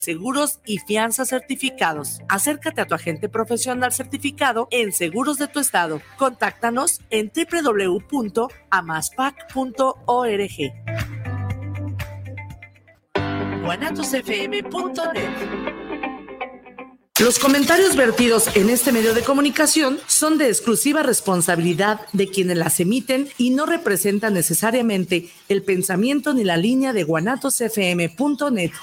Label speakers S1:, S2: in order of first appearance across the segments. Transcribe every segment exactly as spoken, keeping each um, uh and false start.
S1: seguros y fianzas certificados. Acércate a tu agente profesional certificado en Seguros de tu Estado. Contáctanos en doble u doble u doble u punto amaspac punto org. guanatos f m punto net. Los comentarios vertidos en este medio de comunicación son de exclusiva responsabilidad de quienes las emiten y no representan necesariamente el pensamiento ni la línea de guanatos f m punto net.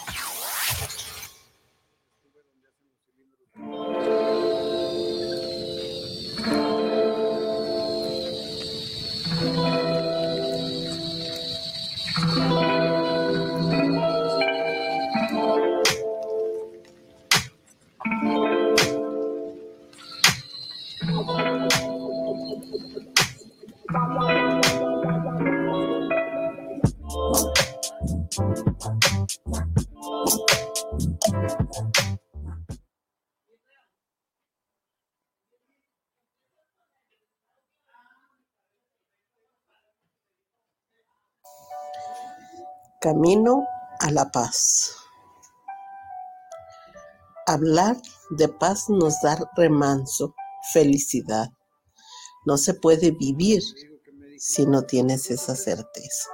S2: Camino a la paz. Hablar de paz nos da remanso, felicidad. No se puede vivir si no tienes esa certeza.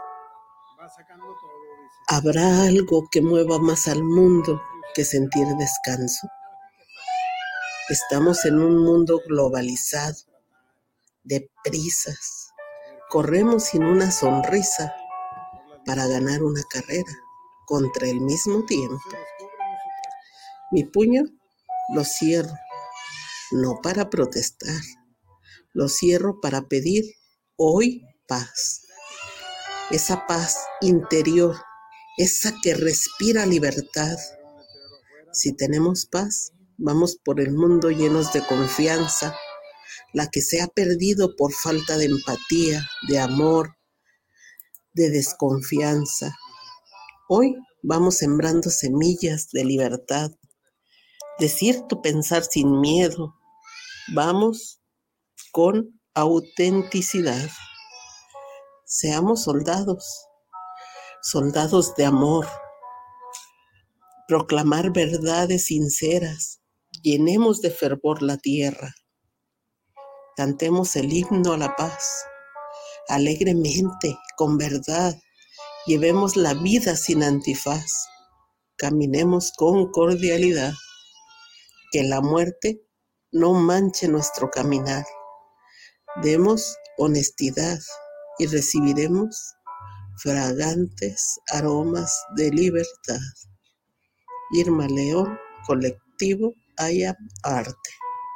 S2: ¿Habrá algo que mueva más al mundo que sentir descanso? Estamos en un mundo globalizado, de prisas. Corremos sin una sonrisa para ganar una carrera contra el mismo tiempo. Mi puño lo cierro, no para protestar, lo cierro para pedir hoy paz. Esa paz interior, esa que respira libertad. Si tenemos paz, vamos por el mundo llenos de confianza, la que se ha perdido por falta de empatía, de amor, de desconfianza. Hoy vamos sembrando semillas de libertad. Decir tu pensar sin miedo. Vamos con autenticidad. Seamos soldados, soldados de amor. Proclamar verdades sinceras. Llenemos de fervor la tierra. Cantemos el himno a la paz. Alegremente, con verdad. Llevemos la vida sin antifaz. Caminemos con cordialidad. Que la muerte no manche nuestro caminar. Demos honestidad y recibiremos fragantes aromas de libertad. Irma León, Colectivo I Am Arte.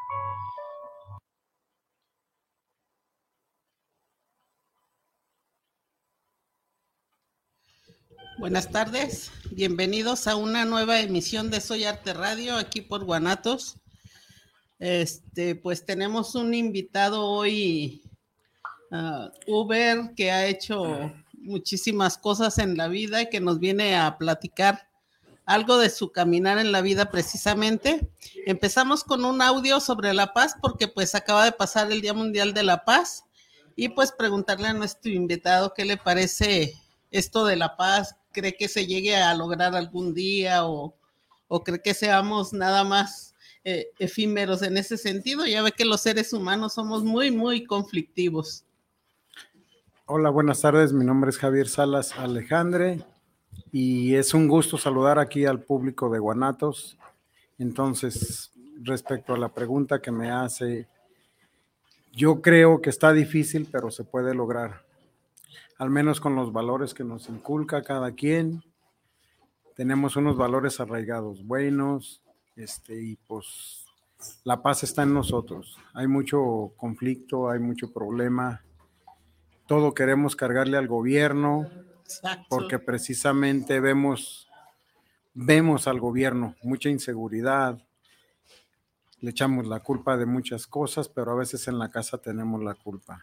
S3: Buenas tardes, bienvenidos a una nueva emisión de Soy Arte Radio, aquí por Guanatos. Este, pues tenemos un invitado hoy, uh, Uber, que ha hecho muchísimas cosas en la vida y que nos viene a platicar algo de su caminar en la vida precisamente. Empezamos con un audio sobre la paz porque pues acaba de pasar el Día Mundial de la Paz y pues preguntarle a nuestro invitado qué le parece esto de la paz. ¿Cree que se llegue a lograr algún día o, o cree que seamos nada más eh, efímeros en ese sentido? Ya ve que los seres humanos somos muy, muy conflictivos.
S4: Hola, buenas tardes. Mi nombre es Javier Salas Alejandre y es un gusto saludar aquí al público de Guanatos. Entonces, respecto a la pregunta que me hace, yo creo que está difícil, pero se puede lograr. Al menos con los valores que nos inculca cada quien. Tenemos unos valores arraigados buenos, este, y pues la paz está en nosotros. Hay mucho conflicto, hay mucho problema. Todo queremos cargarle al gobierno. Exacto. Porque precisamente vemos, vemos al gobierno mucha inseguridad. Le echamos la culpa de muchas cosas, pero a veces en la casa tenemos la culpa.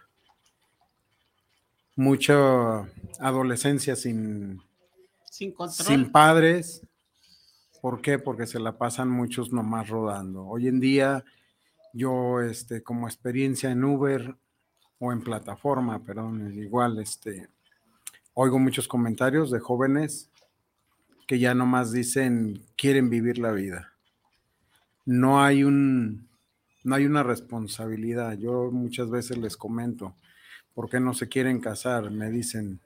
S4: Mucha adolescencia sin,
S3: sin control,
S4: sin padres. ¿Por qué? Porque se la pasan muchos nomás rodando. Hoy en día, yo, este, como experiencia en Uber o en plataforma, perdón, igual, este, oigo muchos comentarios de jóvenes que ya nomás dicen, quieren vivir la vida. No hay un, no hay una responsabilidad. Yo muchas veces les comento, ¿por qué no se quieren casar? Me dicen,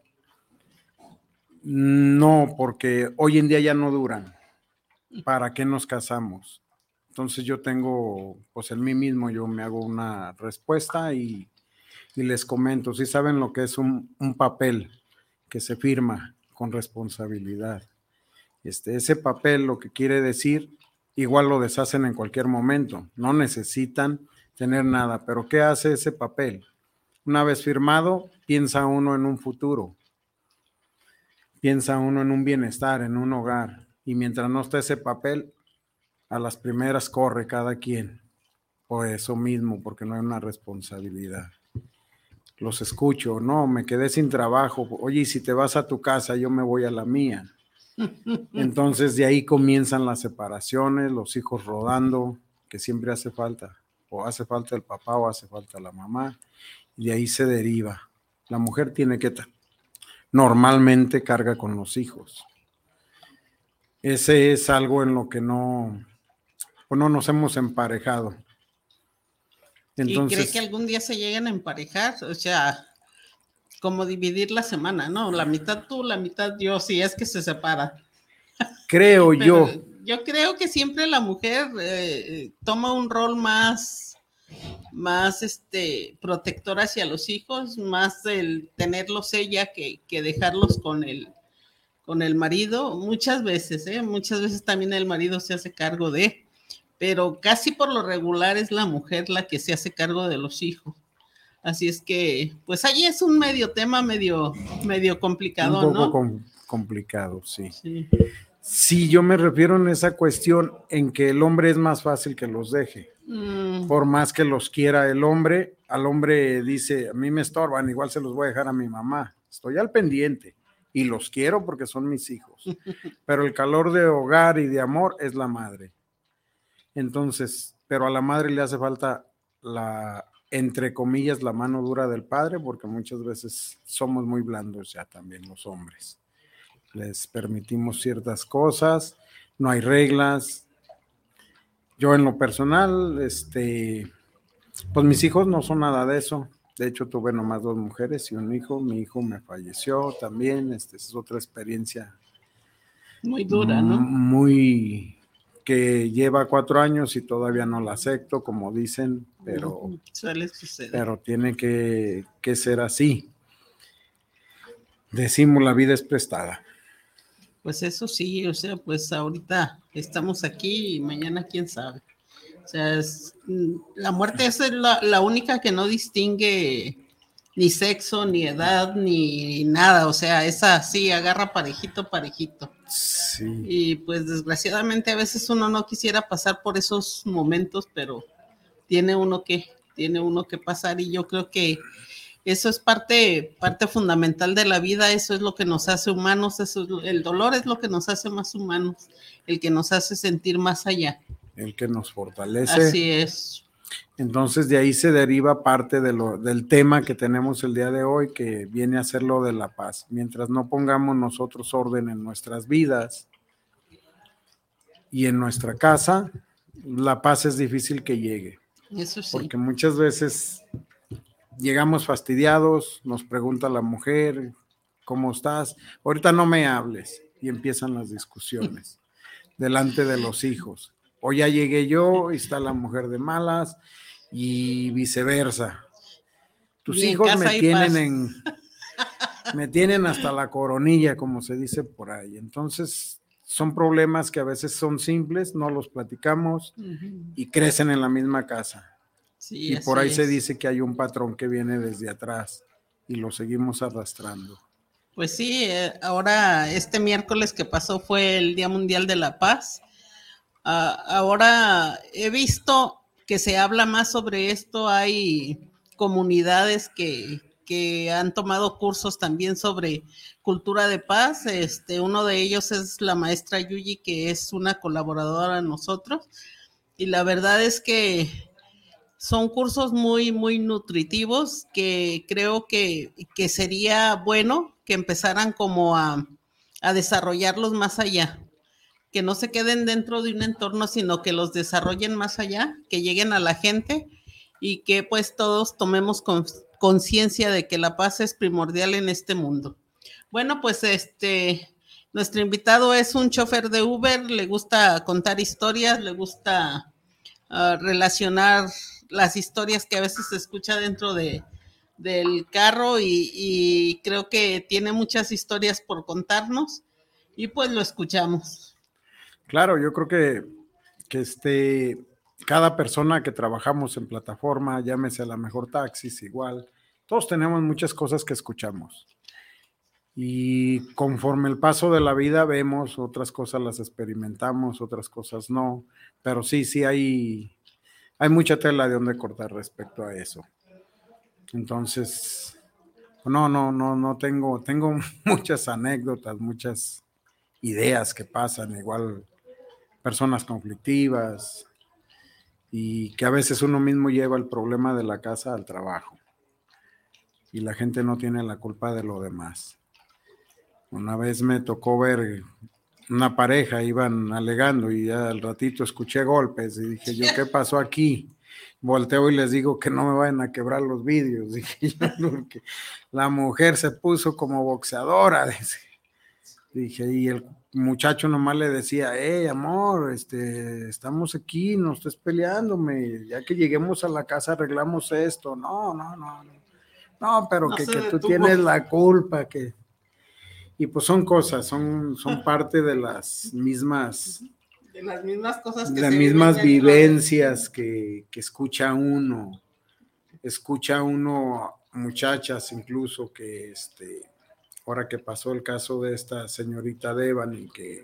S4: no, porque hoy en día ya no duran. ¿Para qué nos casamos? Entonces yo tengo, pues en mí mismo yo me hago una respuesta y, y les comento, si saben lo que es un, un papel que se firma con responsabilidad. Este, ese papel lo que quiere decir, igual lo deshacen en cualquier momento, no necesitan tener nada, pero ¿qué hace ese papel? Una vez firmado, piensa uno en un futuro, piensa uno en un bienestar, en un hogar, y mientras no esté ese papel, a las primeras corre cada quien, por eso mismo, porque no hay una responsabilidad. Los escucho, no, me quedé sin trabajo, oye, y si te vas a tu casa, yo me voy a la mía. Entonces de ahí comienzan las separaciones, los hijos rodando, que siempre hace falta, o hace falta el papá o hace falta la mamá, y de ahí se deriva. La mujer tiene que, normalmente carga con los hijos. Ese es algo en lo que no, pues no nos hemos emparejado.
S3: Entonces, ¿y cree que algún día se lleguen a emparejar? O sea, como dividir la semana, ¿no? La mitad tú, la mitad yo, si es que se separa.
S4: Creo yo.
S3: Yo creo que siempre la mujer eh, toma un rol más, más este, protector hacia los hijos, más el tenerlos ella que, que dejarlos con el, con el marido. Muchas veces, ¿eh? Muchas veces también el marido se hace cargo de, pero casi por lo regular es la mujer la que se hace cargo de los hijos. Así es que, pues allí es un medio tema medio, medio complicado,
S4: un poco
S3: ¿no?
S4: Com- complicado, sí.
S3: sí.
S4: Sí, yo me refiero en esa cuestión en que el hombre es más fácil que los deje. Mm. Por más que los quiera el hombre, al hombre dice, a mí me estorban, igual se los voy a dejar a mi mamá. Estoy al pendiente y los quiero porque son mis hijos. Pero el calor de hogar y de amor es la madre. Entonces, pero a la madre le hace falta la, entre comillas, la mano dura del padre, porque muchas veces somos muy blandos ya también los hombres. Les permitimos ciertas cosas, no hay reglas. Yo en lo personal, este, pues mis hijos no son nada de eso. De hecho, tuve nomás dos mujeres y un hijo. Mi hijo me falleció también. Este, es otra experiencia
S3: muy dura, ¿no?
S4: Muy que lleva cuatro años y todavía no la acepto, como dicen, pero,
S3: suele suceder.
S4: Pero tiene que, que ser así. Decimos, la vida es prestada.
S3: Pues eso sí, o sea, pues ahorita estamos aquí y mañana quién sabe. O sea, es, la muerte es la, la única que no distingue ni sexo, ni edad, ni nada. O sea, esa sí, agarra parejito, parejito.
S4: Sí.
S3: Y pues desgraciadamente a veces uno no quisiera pasar por esos momentos, pero tiene uno que, tiene uno que pasar, y yo creo que eso es parte, parte fundamental de la vida. Eso es lo que nos hace humanos. Eso es, el dolor es lo que nos hace más humanos, el que nos hace sentir más allá.
S4: El que nos fortalece.
S3: Así es.
S4: Entonces de ahí se deriva parte de lo, del tema que tenemos el día de hoy, que viene a ser lo de la paz. Mientras no pongamos nosotros orden en nuestras vidas y en nuestra casa, la paz es difícil que llegue.
S3: Eso sí.
S4: Porque muchas veces llegamos fastidiados, nos pregunta la mujer, ¿cómo estás? Ahorita no me hables, y empiezan las discusiones delante de los hijos. O ya llegué yo y está la mujer de malas, y viceversa. Tus
S3: Bien,
S4: hijos me tienen
S3: paz.
S4: en, me tienen hasta la coronilla, como se dice por ahí. Entonces, son problemas que a veces son simples, no los platicamos, uh-huh, y crecen en la misma casa.
S3: Sí,
S4: y por ahí
S3: es.
S4: se dice que hay un patrón que viene desde atrás y lo seguimos arrastrando.
S3: Pues sí, eh, ahora este miércoles que pasó fue el Día Mundial de la Paz. Uh, ahora he visto que se habla más sobre esto. Hay comunidades que, que han tomado cursos también sobre cultura de paz. Este, uno de ellos es la maestra Yuyi, que es una colaboradora de nosotros. Y la verdad es que son cursos muy, muy nutritivos, que creo que, que sería bueno que empezaran como a, a desarrollarlos más allá, que no se queden dentro de un entorno, sino que los desarrollen más allá, que lleguen a la gente y que pues todos tomemos conciencia de que la paz es primordial en este mundo. Bueno, pues este, nuestro invitado es un chofer de Uber, le gusta contar historias, le gusta uh, relacionar las historias que a veces se escucha dentro de, del carro y, y creo que tiene muchas historias por contarnos y pues lo escuchamos.
S4: Claro, yo creo que, que este, cada persona que trabajamos en plataforma, llámese a la mejor taxis, igual, todos tenemos muchas cosas que escuchamos. Y conforme el paso de la vida vemos, otras cosas las experimentamos, otras cosas no, pero sí, sí hay, hay mucha tela de donde cortar respecto a eso. Entonces, no, no, no, no tengo, tengo muchas anécdotas, muchas ideas que pasan, igual personas conflictivas y que a veces uno mismo lleva el problema de la casa al trabajo y la gente no tiene la culpa de lo demás. Una vez me tocó ver una pareja, iban alegando y ya al ratito escuché golpes y dije yo, ¿qué pasó aquí? Volteo y les digo que no me vayan a quebrar los vidrios. Dije yo, porque la mujer se puso como boxeadora. Dice. Dije, y el muchacho nomás le decía, hey, amor, este, estamos aquí, no estés peleándome, ya que lleguemos a la casa arreglamos esto. No, no, no, no, no pero no que, que tú tienes la culpa, que... Y pues son cosas, son, son parte de las mismas...
S3: De las mismas cosas que
S4: las mismas vivencias que, que escucha uno. Escucha uno muchachas incluso que, este, ahora que pasó el caso de esta señorita Devani, que,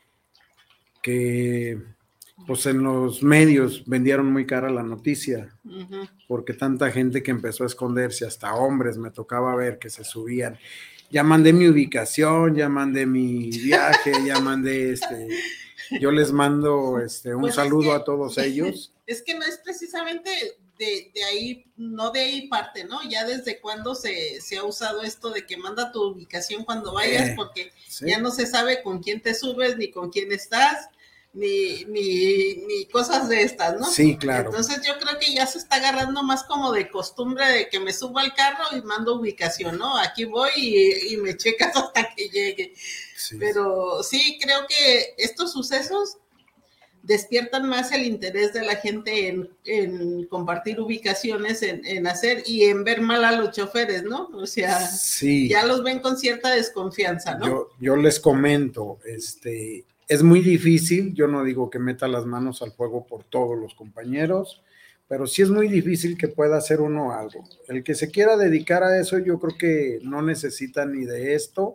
S4: que pues en los medios vendieron muy cara la noticia, uh-huh. porque tanta gente que empezó a esconderse, hasta hombres me tocaba ver que se subían. Ya mandé mi ubicación, ya mandé mi viaje, ya mandé este, yo les mando este un pues saludo
S3: es que,
S4: a todos ellos.
S3: Es que no es precisamente de, de ahí, no de ahí parte, ¿no? Ya desde cuándo se, se ha usado esto de que manda tu ubicación cuando vayas, eh, porque sí. ya no se sabe con quién te subes, ni con quién estás, ni, ni, ni cosas de estas, ¿no?
S4: Sí, claro.
S3: Entonces yo creo que ya se está agarrando más como de costumbre de que me subo al carro y mando ubicación, ¿no? Aquí voy y, y me checas hasta que llegue. Sí. Pero sí, creo que estos sucesos despiertan más el interés de la gente en, en compartir ubicaciones, en, en hacer y en ver mal a los choferes, ¿no? O sea, sí. ya los ven con cierta desconfianza, ¿no?
S4: Yo, yo les comento, este... es muy difícil, yo no digo que meta las manos al fuego por todos los compañeros, pero sí es muy difícil que pueda hacer uno algo. El que se quiera dedicar a eso, yo creo que no necesita ni de esto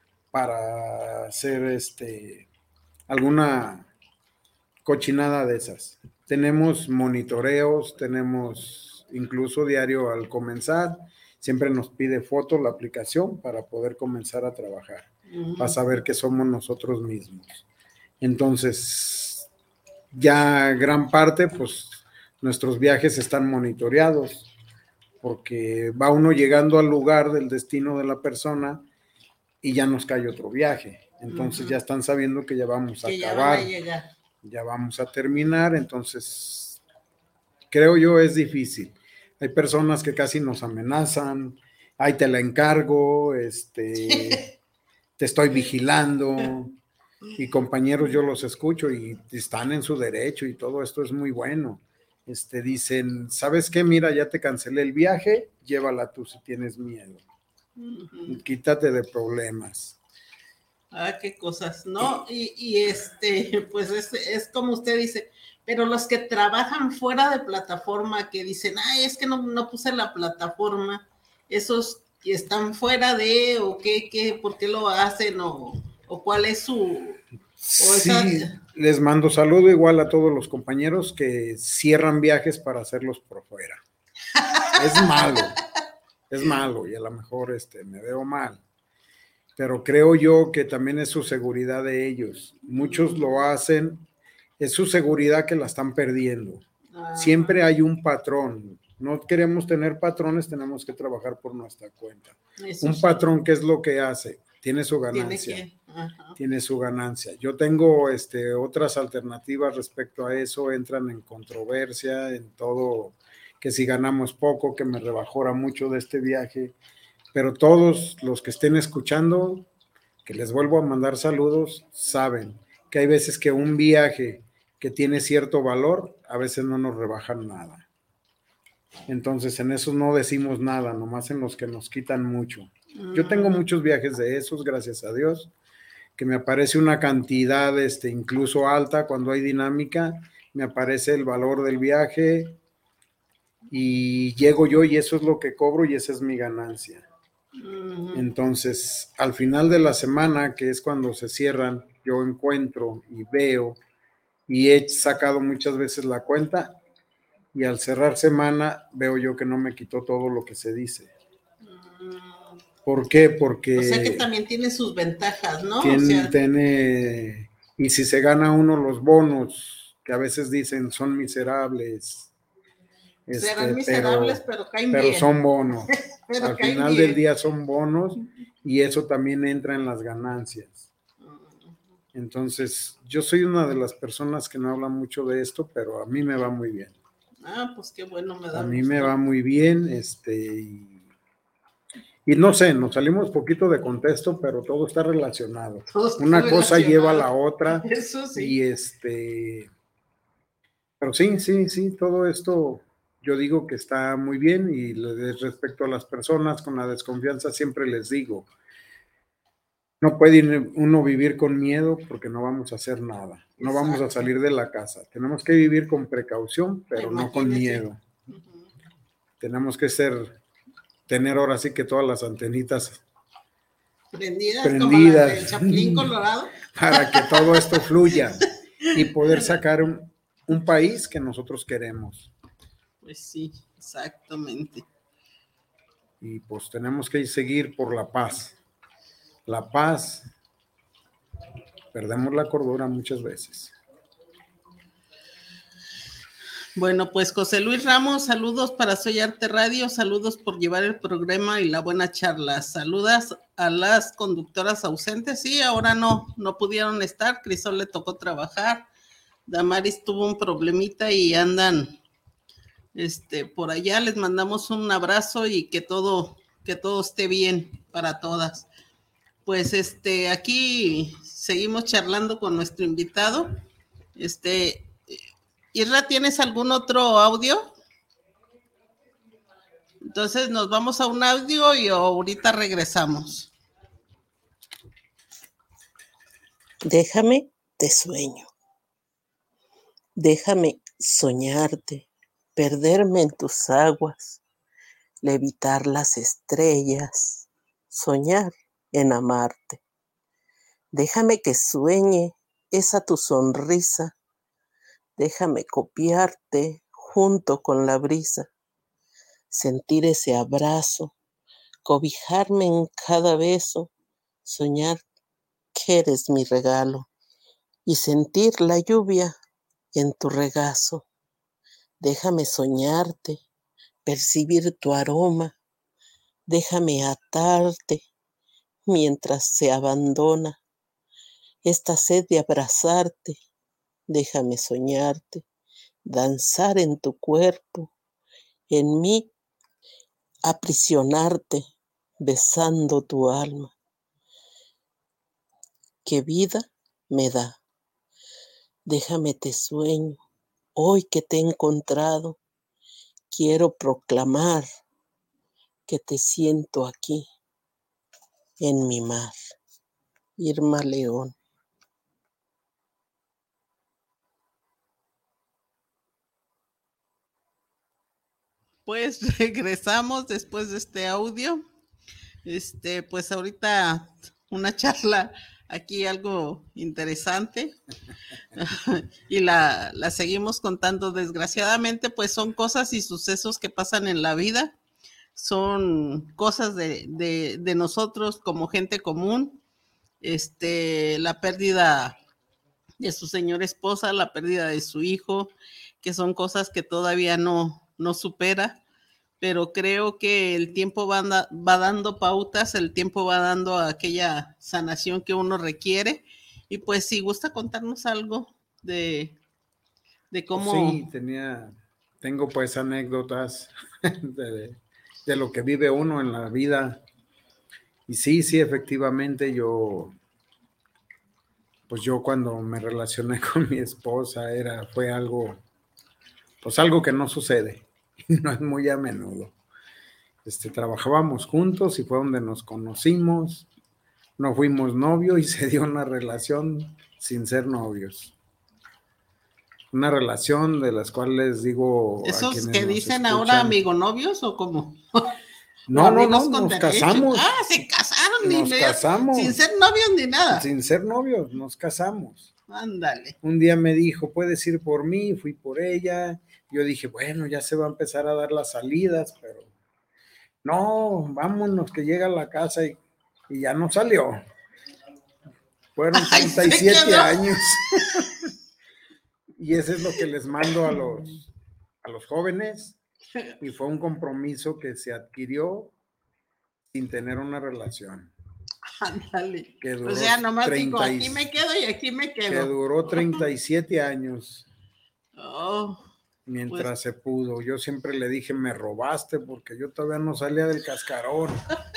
S4: para hacer este, alguna cochinada de esas. Tenemos monitoreos, tenemos incluso diario al comenzar, siempre nos pide foto la aplicación para poder comenzar a trabajar, uh-huh. para saber que somos nosotros mismos. Entonces, ya gran parte, pues, nuestros viajes están monitoreados, porque va uno llegando al lugar del destino de la persona y ya nos cae otro viaje. Entonces, uh-huh. ya están sabiendo que ya vamos a
S3: que
S4: acabar,
S3: ya, van a llegar.
S4: ya vamos a terminar. Entonces, creo yo es difícil. Hay personas que casi nos amenazan, ahí te la encargo, este, te estoy vigilando. Y compañeros yo los escucho y están en su derecho y todo esto es muy bueno. Este, dicen, ¿sabes qué? Mira, ya te cancelé el viaje, llévala tú si tienes miedo. Uh-huh. Quítate de problemas.
S3: Ah, qué cosas, ¿no? Y, y este, pues es, es como usted dice, pero los que trabajan fuera de plataforma, que dicen, ay, es que no, no puse la plataforma, esos que están fuera de, o qué, qué, ¿por qué lo hacen? O... ¿O cuál es su...?
S4: Sí, esa... les mando saludo igual a todos los compañeros que cierran viajes para hacerlos por fuera. Es malo, es malo y a lo mejor este, me veo mal, pero creo yo que también es su seguridad de ellos. Muchos lo hacen, es su seguridad que la están perdiendo. Ah. Siempre hay un patrón. No queremos tener patrones, tenemos que trabajar por nuestra cuenta. Eso un sí. patrón, ¿qué es lo que hace? Tiene su ganancia.
S3: Tiene que... Ajá.
S4: tiene su ganancia. Yo tengo este, otras alternativas respecto a eso, entran en controversia, en todo, que si ganamos poco, que me rebajora mucho de este viaje, pero todos los que estén escuchando, que les vuelvo a mandar saludos, saben que hay veces que un viaje que tiene cierto valor, a veces no nos rebajan nada. Entonces en esos no decimos nada, nomás en los que nos quitan mucho. Yo tengo muchos viajes de esos, gracias a Dios, que me aparece una cantidad este, incluso alta cuando hay dinámica, me aparece el valor del viaje y llego yo y eso es lo que cobro y esa es mi ganancia. Uh-huh. Entonces, al final de la semana, que es cuando se cierran, yo encuentro y veo y he sacado muchas veces la cuenta y al cerrar semana veo yo que no me quitó todo lo que se dice. ¿Por qué? Porque...
S3: O sea que también tiene sus ventajas, ¿no?
S4: Tiene,
S3: o sea...
S4: tiene, y si se gana uno los bonos, que a veces dicen son miserables.
S3: Serán este, miserables, pero, pero caen
S4: pero
S3: bien.
S4: son bonos.
S3: pero
S4: Al final bien. del día son bonos y eso también entra en las ganancias. Entonces, yo soy una de las personas que no habla mucho de esto, pero a mí me va muy bien.
S3: Ah, pues qué bueno, me da
S4: A mí
S3: gusto.
S4: me va muy bien, este, y, y no sé, nos salimos poquito de contexto, pero todo está relacionado.
S3: Todo está
S4: una
S3: relacionado.
S4: cosa lleva a la otra.
S3: Eso sí.
S4: Y este, pero sí, sí, sí, todo esto yo digo que está muy bien y respecto a las personas con la desconfianza siempre les digo, no puede uno vivir con miedo porque no vamos a hacer nada, no Exacto. vamos a salir de la casa, tenemos que vivir con precaución, pero Imagínese. no con miedo. Uh-huh. Tenemos que ser, tener ahora sí que todas las antenitas
S3: prendidas,
S4: prendidas
S3: como la del Chapulín Colorado,
S4: para que todo esto fluya y poder sacar un, un país que nosotros queremos.
S3: Pues sí, exactamente.
S4: Y pues tenemos que seguir por la paz. La paz, perdemos la cordura muchas veces.
S3: Bueno, pues José Luis Ramos, saludos para Soy Arte Radio, saludos por llevar el programa y la buena charla. Saludas a las conductoras ausentes, sí, ahora no, no pudieron estar, Crisol le tocó trabajar, Damaris tuvo un problemita y andan este, por allá, les mandamos un abrazo y que todo, que todo esté bien para todas. Pues este, aquí seguimos charlando con nuestro invitado. Este, Isra, ¿tienes algún otro audio? Entonces nos vamos a un audio y ahorita regresamos.
S2: Déjame te sueño. Déjame soñarte, perderme en tus aguas, levitar las estrellas, soñar en amarte. Déjame que sueñe esa tu sonrisa, déjame copiarte junto con la brisa, sentir ese abrazo, cobijarme en cada beso, soñar que eres mi regalo y sentir la lluvia en tu regazo. Déjame soñarte, percibir tu aroma, déjame atarte mientras se abandona esta sed de abrazarte, déjame soñarte, danzar en tu cuerpo, en mí aprisionarte, besando tu alma. ¿Qué vida me da? Déjame te sueño, hoy que te he encontrado, quiero proclamar que te siento aquí, en mi mar. Irma León.
S3: Pues regresamos después de este audio. Este, pues ahorita una charla aquí algo interesante y la, la seguimos contando. Desgraciadamente, pues son cosas y sucesos que pasan en la vida, son cosas de, de, de nosotros como gente común, este, la pérdida de su señora esposa, la pérdida de su hijo, que son cosas que todavía no, no supera, pero creo que el tiempo va, va dando pautas, el tiempo va dando aquella sanación que uno requiere. Y pues si gusta contarnos algo de, de cómo...
S4: Sí, tenía, tengo pues anécdotas de, de lo que vive uno en la vida. Y sí, sí, efectivamente yo, pues yo cuando me relacioné con mi esposa era, fue algo, pues algo que no sucede, no es muy a menudo. Este, trabajábamos juntos y fue donde nos conocimos, no fuimos novios y se dio una relación sin ser novios. Una relación de las cuales digo...
S3: ¿Esos que dicen escuchan, ahora amigo novios o cómo?
S4: No, no, no, nos derecho? casamos.
S3: Ah, se casaron.
S4: Nos
S3: ni
S4: casamos.
S3: Sin ser novios ni nada.
S4: Sin ser novios, nos casamos.
S3: Ándale.
S4: Un día me dijo, puedes ir por mí, fui por ella. Yo dije, bueno, ya se va a empezar a dar las salidas, pero no, vámonos, que llega a la casa y, y ya no salió. Fueron treinta y siete años. Y eso es lo que les mando a los, a los jóvenes. Y fue un compromiso que se adquirió sin tener una relación.
S3: Ándale. O sea, nomás digo, aquí me quedo y aquí me quedo.
S4: Que duró treinta y siete años.
S3: Oh,
S4: mientras
S3: pues...
S4: se pudo. Yo siempre le dije, me robaste porque yo todavía no salía del cascarón.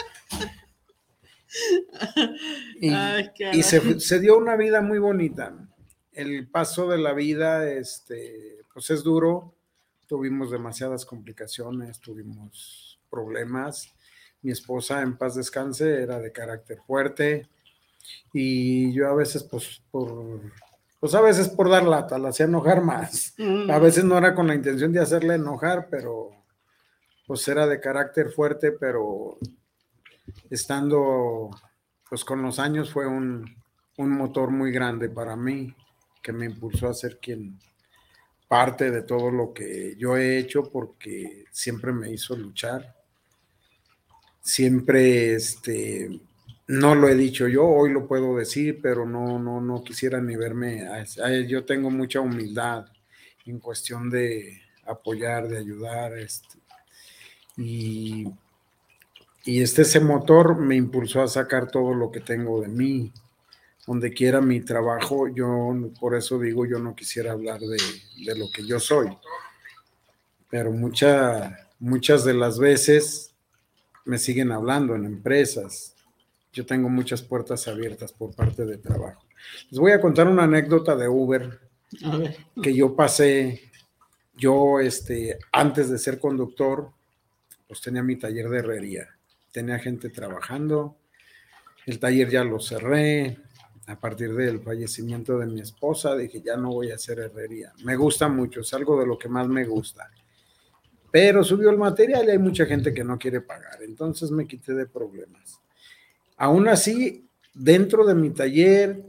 S4: Y, Ay, y se, se dio una vida muy bonita. El paso de la vida, este, pues es duro. Tuvimos demasiadas complicaciones, tuvimos problemas. Mi esposa, en paz descanse, era de carácter fuerte. Y yo a veces, pues, por, pues a veces por dar lata, la hacía enojar más. Mm. A veces no era con la intención de hacerle enojar, pero pues era de carácter fuerte, pero estando, pues con los años fue un, un motor muy grande para mí, que me impulsó a ser quien parte de todo lo que yo he hecho, porque siempre me hizo luchar. Siempre, este, no lo he dicho yo, hoy lo puedo decir, pero no, no, no quisiera ni verme. A, a, yo tengo mucha humildad en cuestión de apoyar, de ayudar, este, y, y este ese motor me impulsó a sacar todo lo que tengo de mí. Donde quiera mi trabajo, yo por eso digo, yo no quisiera hablar de, de lo que yo soy, pero mucha, muchas de las veces me siguen hablando en empresas. Yo tengo muchas puertas abiertas por parte de trabajo. Les voy a contar una anécdota de Uber que yo pasé. Yo, este, antes de ser conductor, pues tenía mi taller de herrería. Tenía gente trabajando. El taller ya lo cerré. A partir del fallecimiento de mi esposa, dije, ya no voy a hacer herrería. Me gusta mucho, es algo de lo que más me gusta. Pero subió el material y hay mucha gente que no quiere pagar. Entonces me quité de problemas. Aún así, dentro de mi taller,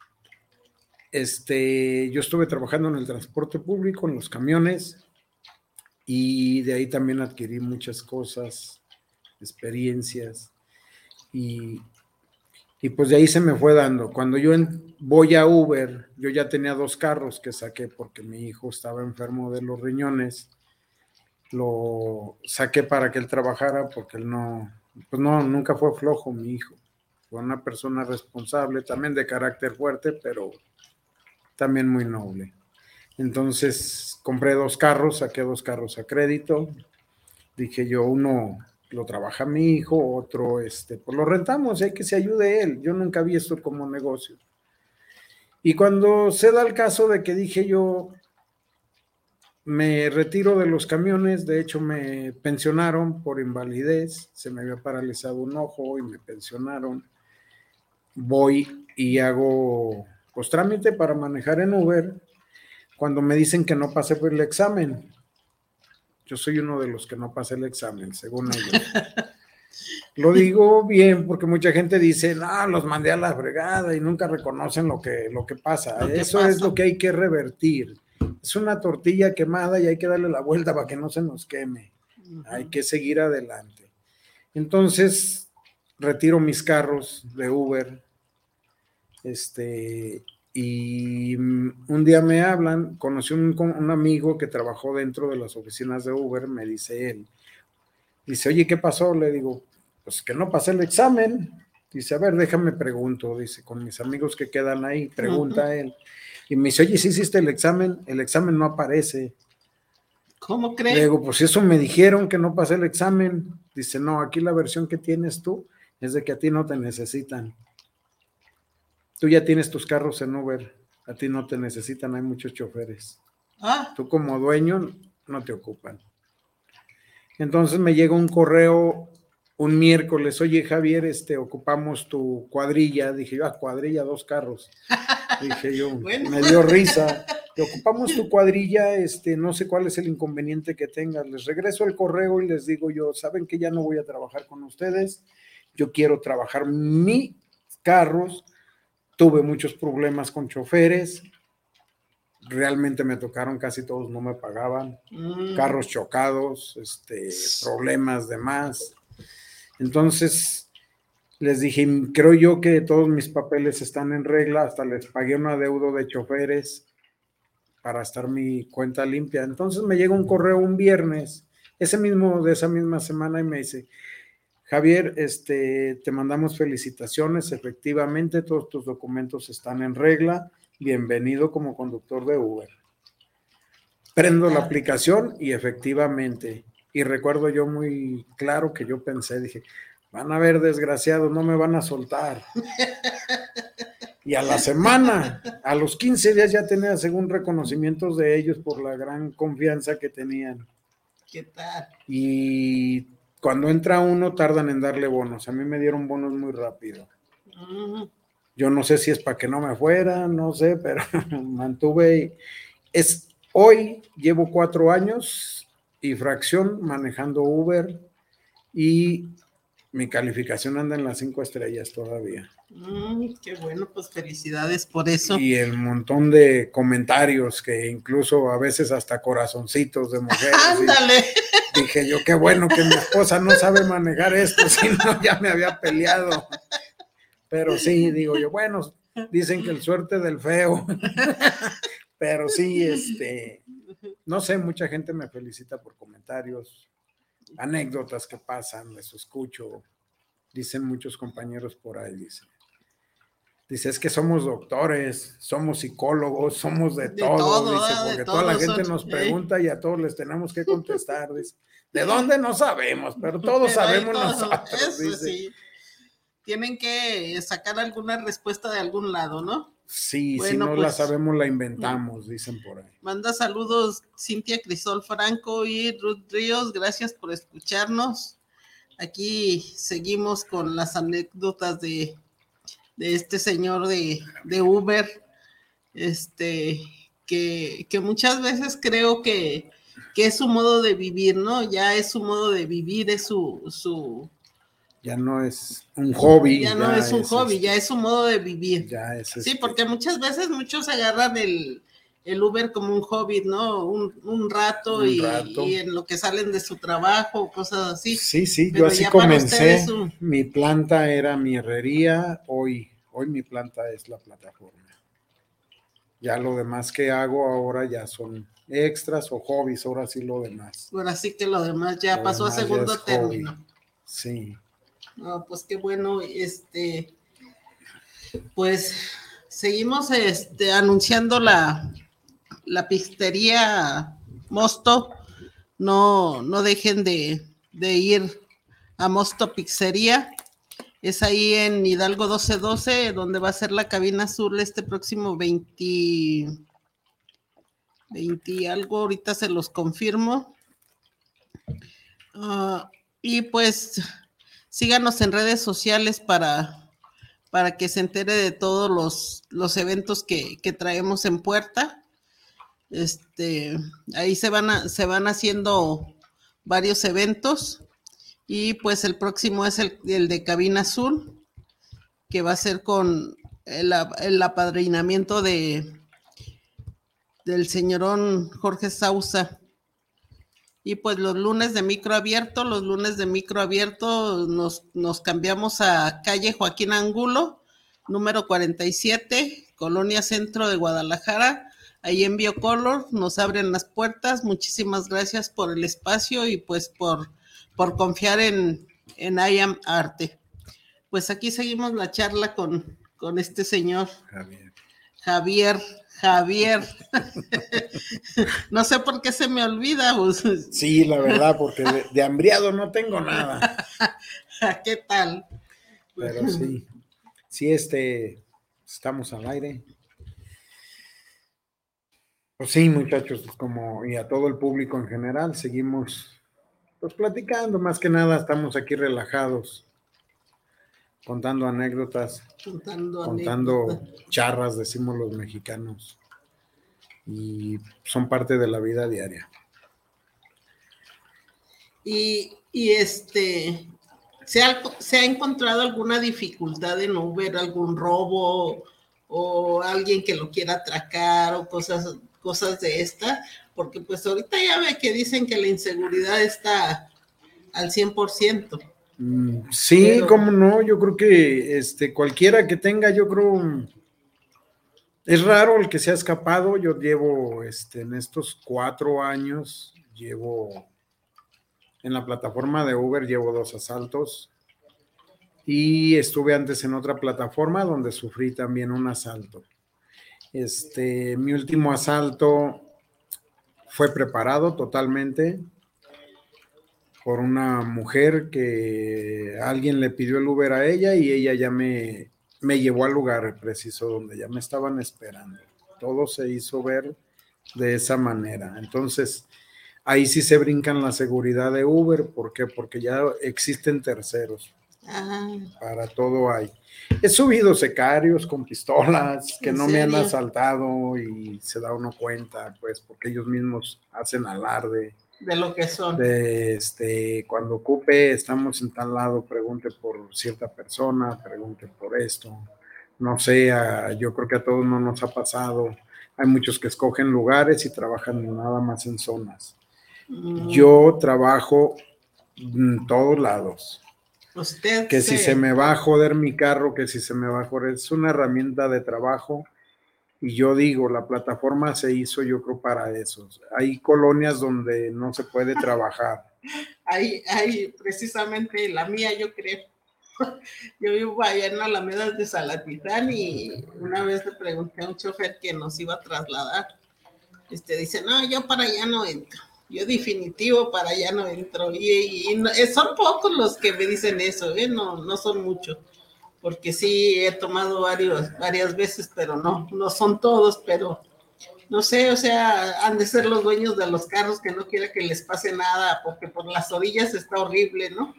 S4: este, yo estuve trabajando en el transporte público, en los camiones, y de ahí también adquirí muchas cosas, experiencias, y... Y pues de ahí se me fue dando. Cuando yo en, voy a Uber, yo ya tenía dos carros que saqué porque mi hijo estaba enfermo de los riñones. Lo saqué para que él trabajara porque él no, pues no, nunca fue flojo mi hijo. Fue una persona responsable, también de carácter fuerte, pero también muy noble. Entonces compré dos carros, saqué dos carros a crédito. Dije yo, uno... lo trabaja mi hijo, otro, este, pues lo rentamos, hay que se ayude él. Yo nunca vi esto como negocio. Y cuando se da el caso de que dije yo, me retiro de los camiones, de hecho me pensionaron por invalidez, se me había paralizado un ojo y me pensionaron. Voy y hago, pues, trámite para manejar en Uber, cuando me dicen que no pasé por el examen. Yo soy uno de los que no pasé el examen, según ellos. Lo digo bien porque mucha gente dice, no, los mandé a la fregada y nunca reconocen lo que, lo que pasa. Lo que Eso pasa. Es lo que hay que revertir. Es una tortilla quemada y hay que darle la vuelta para que no se nos queme. Uh-huh. Hay que seguir adelante. Entonces, retiro mis carros de Uber. Este... Y un día me hablan, conocí un, un amigo que trabajó dentro de las oficinas de Uber, me dice él, Dice, oye, ¿qué pasó? Le digo, pues que no pasé el examen. Dice, a ver, déjame pregunto, dice, con mis amigos que quedan ahí, pregunta uh-huh. él. Y me dice, oye, ¿sí hiciste el examen? El examen no aparece.
S3: ¿Cómo crees?
S4: Le digo, pues eso me dijeron que no pasé el examen. Dice, no, aquí la versión que tienes tú es de que a ti no te necesitan. Tú ya tienes tus carros en Uber, a ti no te necesitan, hay muchos choferes.
S3: Ah.
S4: Tú como dueño no te ocupan. Entonces me llega un correo un miércoles, oye Javier, este, ocupamos tu cuadrilla. Dije yo, ah, cuadrilla, dos carros. Dije yo, bueno. Me dio risa. Te ocupamos tu cuadrilla, este, no sé cuál es el inconveniente que tengas. Les regreso el correo y les digo yo, ¿saben que ya no voy a trabajar con ustedes? Yo quiero trabajar mis carros. Tuve muchos problemas con choferes. Realmente me tocaron, casi todos no me pagaban. Mm. Carros chocados, este, problemas de más. Entonces, les dije, creo yo que todos mis papeles están en regla, hasta les pagué un adeudo de choferes para estar mi cuenta limpia. Entonces me llega un correo un viernes, ese mismo, de esa misma semana, y me dice, Javier, este, te mandamos felicitaciones, efectivamente todos tus documentos están en regla, bienvenido como conductor de Uber. Prendo la aplicación y efectivamente, y recuerdo yo muy claro que yo pensé, dije, van a ver desgraciados, no me van a soltar. Y a la semana, a los quince días ya tenía según reconocimientos de ellos por la gran confianza que tenían.
S3: ¿Qué tal?
S4: Y cuando entra uno tardan en darle bonos. A mí me dieron bonos muy rápido. Uh-huh. Yo no sé si es para que no me fuera, no sé, pero mantuve. Es, hoy llevo cuatro años y fracción manejando Uber y mi calificación anda en las cinco estrellas todavía.
S3: Mm, qué bueno, pues felicidades por eso.
S4: Y el montón de comentarios que incluso a veces hasta corazoncitos de mujeres.
S3: ¡Ándale!
S4: Dije yo, qué bueno que mi esposa no sabe manejar esto, si no ya me había peleado. Pero sí, digo yo, bueno, dicen que el suerte del feo. Pero sí, este, no sé, mucha gente me felicita por comentarios, anécdotas que pasan, les escucho. Dicen muchos compañeros por ahí, dicen. Dice, es que somos doctores, somos psicólogos, somos de, de todo, todo, dice, porque toda la gente son, nos pregunta ¿eh? Y a todos les tenemos que contestar, dice. ¿De dónde? No sabemos, pero todos pero sabemos todo, nosotros,
S3: eso,
S4: dice.
S3: Sí. Tienen que sacar alguna respuesta de algún lado, ¿no?
S4: Sí, bueno, si no pues, la sabemos, la inventamos, dicen por ahí.
S3: Manda saludos Cintia Crisol Franco y Ruth Ríos, gracias por escucharnos. Aquí seguimos con las anécdotas de, de este señor de, de Uber, este, que, que muchas veces creo que, que es su modo de vivir, ¿no? Ya es su modo de vivir, es su... su
S4: ya no es un hobby.
S3: Ya no ya es un es hobby, este, ya es su modo de vivir.
S4: Ya es este.
S3: Sí, porque muchas veces muchos agarran el, el Uber como un hobby, ¿no? Un, un, rato,
S4: un
S3: y,
S4: rato
S3: y en lo que salen de su trabajo, cosas así.
S4: Sí, sí, pero yo así comencé. Un... Mi planta era mi herrería, hoy, hoy mi planta es la plataforma. Ya lo demás que hago ahora ya son extras o hobbies, ahora sí lo demás.
S3: Ahora sí que lo demás ya lo pasó demás a segundo término.
S4: Hobby. Sí.
S3: No, pues qué bueno, este, pues seguimos este, anunciando la, la pizzería Mosto, no, no dejen de, de ir a Mosto Pizzería, es ahí en Hidalgo doce doce, donde va a ser la cabina azul este próximo veinte, veinte algo, ahorita se los confirmo, uh, y pues... Síganos en redes sociales para, para que se entere de todos los, los eventos que, que traemos en puerta. Este, ahí se van, a, se van haciendo varios eventos y pues el próximo es el, el de Cabina Azul, que va a ser con el, el apadrinamiento de, del señorón Jorge Sauza. Y pues los lunes de micro abierto, los lunes de micro abierto nos, nos cambiamos a calle Joaquín Angulo, número cuarenta y siete, Colonia Centro de Guadalajara, ahí en Biocolor, nos abren las puertas. Muchísimas gracias por el espacio y pues por, por confiar en, en I Am Arte. Pues aquí seguimos la charla con, con este señor.
S4: Javier.
S3: Javier, Javier. No sé por qué se me olvida. Pues.
S4: Sí, la verdad, porque de, de hambriado no tengo nada.
S3: ¿Qué tal?
S4: Pero sí, sí, este, estamos al aire. Pues sí, muchachos, como y a todo el público en general, seguimos pues platicando, más que nada estamos aquí relajados, contando anécdotas,
S3: Contando,
S4: contando
S3: anécdotas.
S4: charras, decimos los mexicanos, y son parte de la vida diaria.
S3: Y, y este, ¿se ha, ¿se ha encontrado alguna dificultad en Uber, algún robo o alguien que lo quiera atracar o cosas, cosas de esta? Porque pues ahorita ya ve que dicen que la inseguridad está al cien por ciento.
S4: Sí,
S3: Pero,
S4: cómo no, yo creo que este, cualquiera que tenga, yo creo, es raro el que se ha escapado. Yo llevo este, en estos cuatro años, llevo en la plataforma de Uber, llevo dos asaltos y estuve antes en otra plataforma donde sufrí también un asalto. Este, mi último asalto fue preparado totalmente por una mujer que alguien le pidió el Uber a ella y ella ya me, me llevó al lugar preciso donde ya me estaban esperando. Todo se hizo ver de esa manera. Entonces, ahí sí se brincan la seguridad de Uber. ¿Por qué? Porque ya existen terceros.
S3: ajá.
S4: Para todo hay. He subido sicarios con pistolas que no me han asaltado y se da uno cuenta, pues, porque ellos mismos hacen alarde.
S3: De lo que son.
S4: De este, cuando ocupe, estamos en tal lado, pregunte por cierta persona, pregunte por esto. No sé, a, yo creo que a todos no nos ha pasado. Hay muchos que escogen lugares y trabajan nada más en zonas. Mm. Yo trabajo en todos lados.
S3: Usted
S4: que
S3: se...
S4: si se me va a joder mi carro, que si se me va a joder, es una herramienta de trabajo. Y yo digo, la plataforma se hizo, yo creo, para eso. Hay colonias donde no se puede trabajar.
S3: Hay, hay precisamente la mía, yo creo. Yo vivo allá en Alameda de Salatitán y una vez le pregunté a un chofer que nos iba a trasladar. Este dice, no, yo para allá no entro. Yo definitivo para allá no entro. Y, y no, son pocos los que me dicen eso, ¿eh? No, no son muchos. Porque sí he tomado varios, varias veces, pero no, no son todos, pero no sé, o sea, han de ser los dueños de los carros que no quieren que les pase nada, porque por las orillas está horrible, ¿no?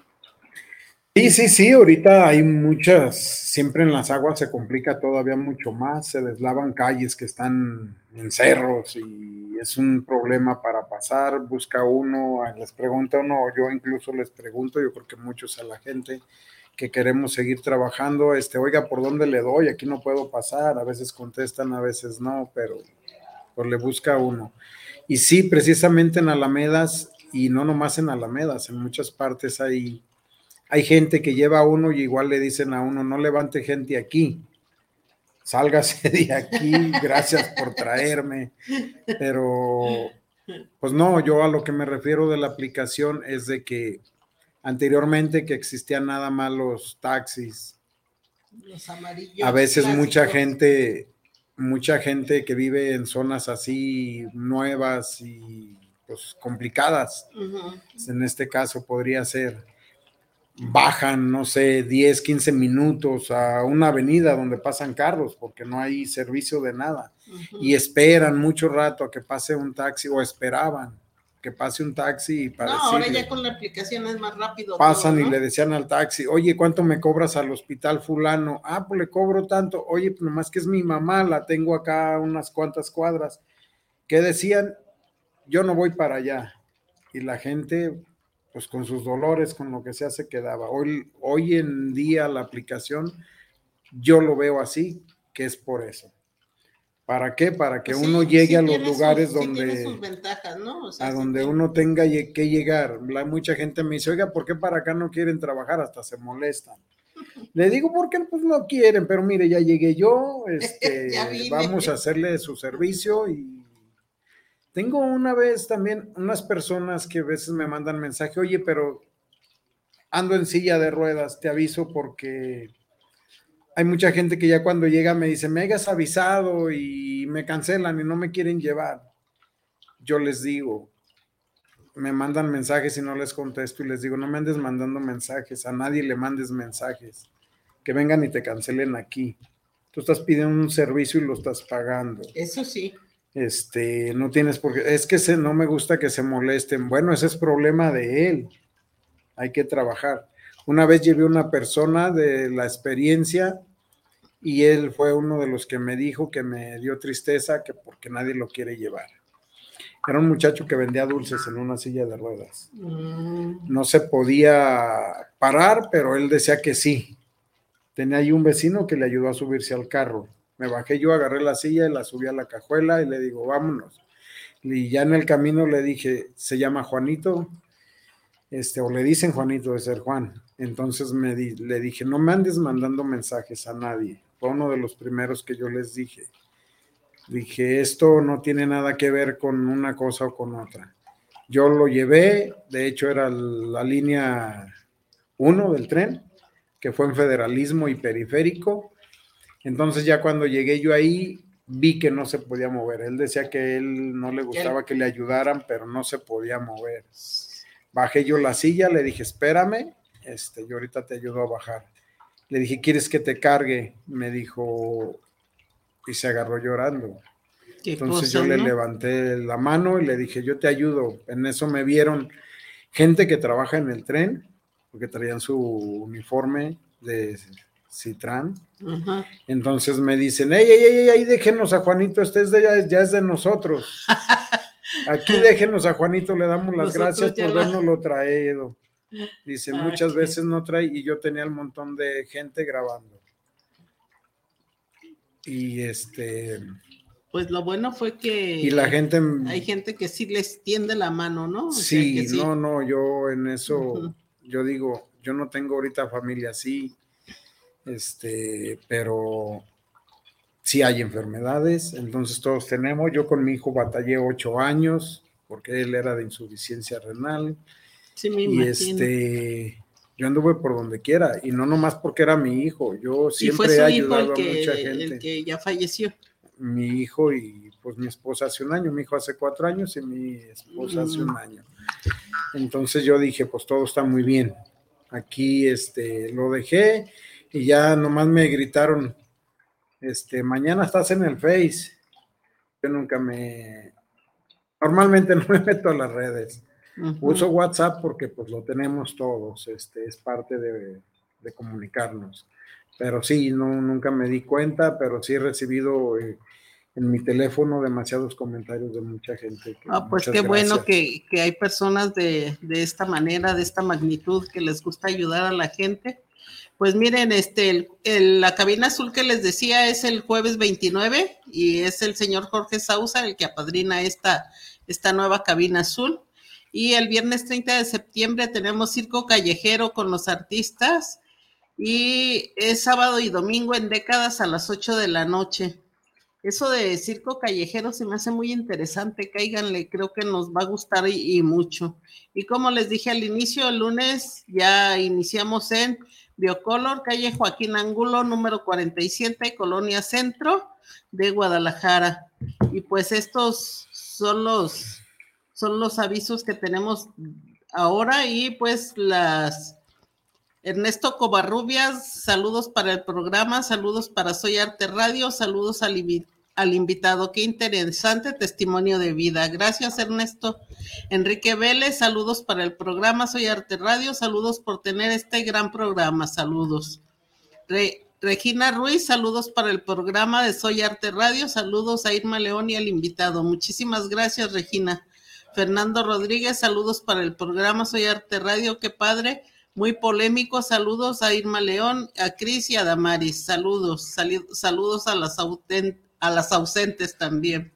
S4: Sí, sí, sí, ahorita hay muchas, siempre en las aguas se complica todavía mucho más, se deslavan calles que están en cerros y es un problema para pasar, busca uno, les pregunta uno, yo incluso les pregunto, yo creo que muchos a la gente que queremos seguir trabajando, este, oiga, ¿por dónde le doy? Aquí no puedo pasar, a veces contestan, a veces no, pero pues le busca uno. Y sí, precisamente en Alamedas, y no nomás en Alamedas, en muchas partes hay... Hay gente que lleva a uno y igual le dicen a uno, no levante gente aquí, sálgase de aquí, gracias por traerme. Pero, pues no, yo a lo que me refiero de la aplicación es de que anteriormente que existían nada más los taxis.
S3: Los amarillos.
S4: A veces
S3: clásicos. mucha
S4: gente, mucha gente que vive en zonas así nuevas y pues complicadas, uh-huh. En este caso podría ser... bajan, no sé, diez, quince minutos a una avenida donde pasan carros porque no hay servicio de nada uh-huh. Y esperan mucho rato a que pase un taxi o esperaban que pase un taxi para
S3: no, ahora ya con la aplicación es más rápido
S4: pasan
S3: todo, ¿no?
S4: Y le decían al taxi, oye, ¿cuánto me cobras al hospital fulano? Ah, pues le cobro tanto. Oye, pues nomás que es mi mamá, la tengo acá unas cuantas cuadras. ¿Qué decían? Yo no voy para allá. Y la gente... pues con sus dolores, con lo que sea, se quedaba. Hoy, hoy en día la aplicación, yo lo veo así, que es por eso. ¿Para qué? Para que pues uno sí, llegue sí a los lugares
S3: sus,
S4: donde,
S3: sí sus ventajas, ¿no? O sea,
S4: a
S3: sí
S4: donde
S3: tiene...
S4: uno tenga que llegar. La, mucha gente me dice, oiga, ¿por qué para acá no quieren trabajar? Hasta se molestan. Le digo, ¿por qué pues no quieren? Pero mire, ya llegué yo, este, vamos a hacerle su servicio y tengo una vez también unas personas que a veces me mandan mensaje, oye, pero ando en silla de ruedas, te aviso porque hay mucha gente que ya cuando llega me dice, me hayas avisado y me cancelan y no me quieren llevar. Yo les digo, me mandan mensajes y no les contesto y les digo, no me andes mandando mensajes, a nadie le mandes mensajes, que vengan y te cancelen aquí. Tú estás pidiendo un servicio y lo estás pagando.
S3: Eso sí.
S4: Este, no tienes por qué, es que se, no me gusta que se molesten. Bueno, ese es problema de él. Hay que trabajar. Una vez llevé una persona de la experiencia y él fue uno de los que me dijo que me dio tristeza que porque nadie lo quiere llevar. Era un muchacho que vendía dulces en una silla de ruedas. No se podía parar, pero él decía que sí. Tenía ahí un vecino que le ayudó a subirse al carro. Me bajé yo, agarré la silla y la subí a la cajuela y le digo, vámonos. Y ya en el camino le dije, se llama Juanito, este, o le dicen Juanito de ser Juan. Entonces me di, le dije, no me andes mandando mensajes a nadie. Fue uno de los primeros que yo les dije. Dije, esto no tiene nada que ver con una cosa o con otra. Yo lo llevé, de hecho era la línea uno del tren, que fue en Federalismo y Periférico. Entonces ya cuando llegué yo ahí, vi que no se podía mover. Él decía que a él no le gustaba que le ayudaran, pero no se podía mover. Bajé yo la silla, le dije, espérame, este, yo ahorita te ayudo a bajar. Le dije, ¿quieres que te cargue? Me dijo, y se agarró llorando. Entonces cosa, yo ¿no? le levanté la mano y le dije, yo te ayudo. En eso me vieron gente que trabaja en el tren, porque traían su uniforme de Citran. Uh-huh. Entonces me dicen, ey, ey, ey, ey, déjenos a Juanito, este es de, ya, ya es de nosotros. Aquí déjenos a Juanito, le damos las nosotros gracias por habernos lo traído. Dice, ah, muchas okay. veces no trae, y yo tenía un montón de gente grabando. Y este...
S3: Pues lo bueno fue que...
S4: Y la gente...
S3: Hay gente que sí les tiende la mano, ¿no? O
S4: sí,
S3: sea que sí,
S4: no, no, yo en eso, uh-huh. yo digo, yo no tengo ahorita familia así, este, pero sí hay enfermedades, entonces todos tenemos. Yo con mi hijo batallé ocho años, porque él era de insuficiencia renal.
S3: Sí, me
S4: y
S3: imagino.
S4: este, yo anduve por donde quiera, y no nomás porque era mi hijo, yo siempre he ayudado
S3: que,
S4: a mucha gente.
S3: El que ya falleció.
S4: Mi hijo y pues mi esposa hace un año, mi hijo hace cuatro años y mi esposa hace un año. Entonces yo dije, pues todo está muy bien. Aquí este, lo dejé y ya nomás me gritaron, este, mañana estás en el Face. Yo nunca me, normalmente no me meto a las redes. Uh-huh. Uso WhatsApp porque pues lo tenemos todos, este, es parte de, de comunicarnos. Pero sí, no, nunca me di cuenta, pero sí he recibido eh, en mi teléfono demasiados comentarios de mucha gente. Que,
S3: ah, pues qué gracias. Bueno que, que hay personas de, de esta manera, de esta magnitud, que les gusta ayudar a la gente. Pues miren, este, el, el, la cabina azul que les decía es el jueves veintinueve y es el señor Jorge Sauza el que apadrina esta, esta nueva cabina azul. Y el viernes treinta de septiembre tenemos circo callejero con los artistas. Y es sábado y domingo en décadas a las ocho de la noche. Eso de circo callejero se me hace muy interesante, cáiganle, creo que nos va a gustar y, y mucho. Y como les dije al inicio, el lunes ya iniciamos en Biocolor, calle Joaquín Angulo, número cuarenta y siete, Colonia Centro de Guadalajara. Y pues estos son los, son los avisos que tenemos ahora y pues las... Ernesto Covarrubias, saludos para el programa, saludos para Soy Arte Radio, saludos al, al invitado, qué interesante testimonio de vida. Gracias, Ernesto. Enrique Vélez, saludos para el programa Soy Arte Radio, saludos por tener este gran programa, saludos. Re, Regina Ruiz, saludos para el programa de Soy Arte Radio, saludos a Irma León y al invitado. Muchísimas gracias, Regina. Fernando Rodríguez, saludos para el programa Soy Arte Radio, qué padre. Muy polémico, saludos a Irma León, a Cris y a Damaris, saludos, sali, saludos a las, autent, a las ausentes también.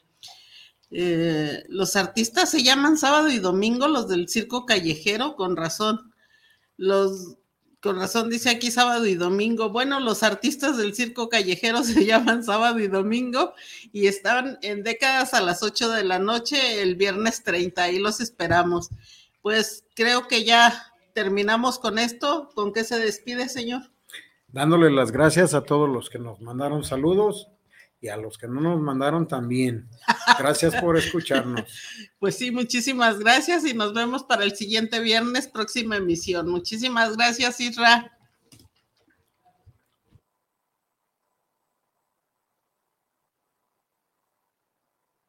S3: Eh, los artistas se llaman sábado y domingo, los del circo callejero, con razón, los, con razón dice aquí sábado y domingo. Bueno, los artistas del circo callejero se llaman sábado y domingo y estaban en décadas a las ocho de la noche el viernes treinta, ahí los esperamos. Pues creo que ya... terminamos con esto. ¿Con qué se despide, señor?
S4: Dándole las gracias a todos los que nos mandaron saludos y a los que no nos mandaron también. Gracias por escucharnos.
S3: Pues sí, muchísimas gracias y nos vemos para el siguiente viernes, próxima emisión. Muchísimas gracias, Isra.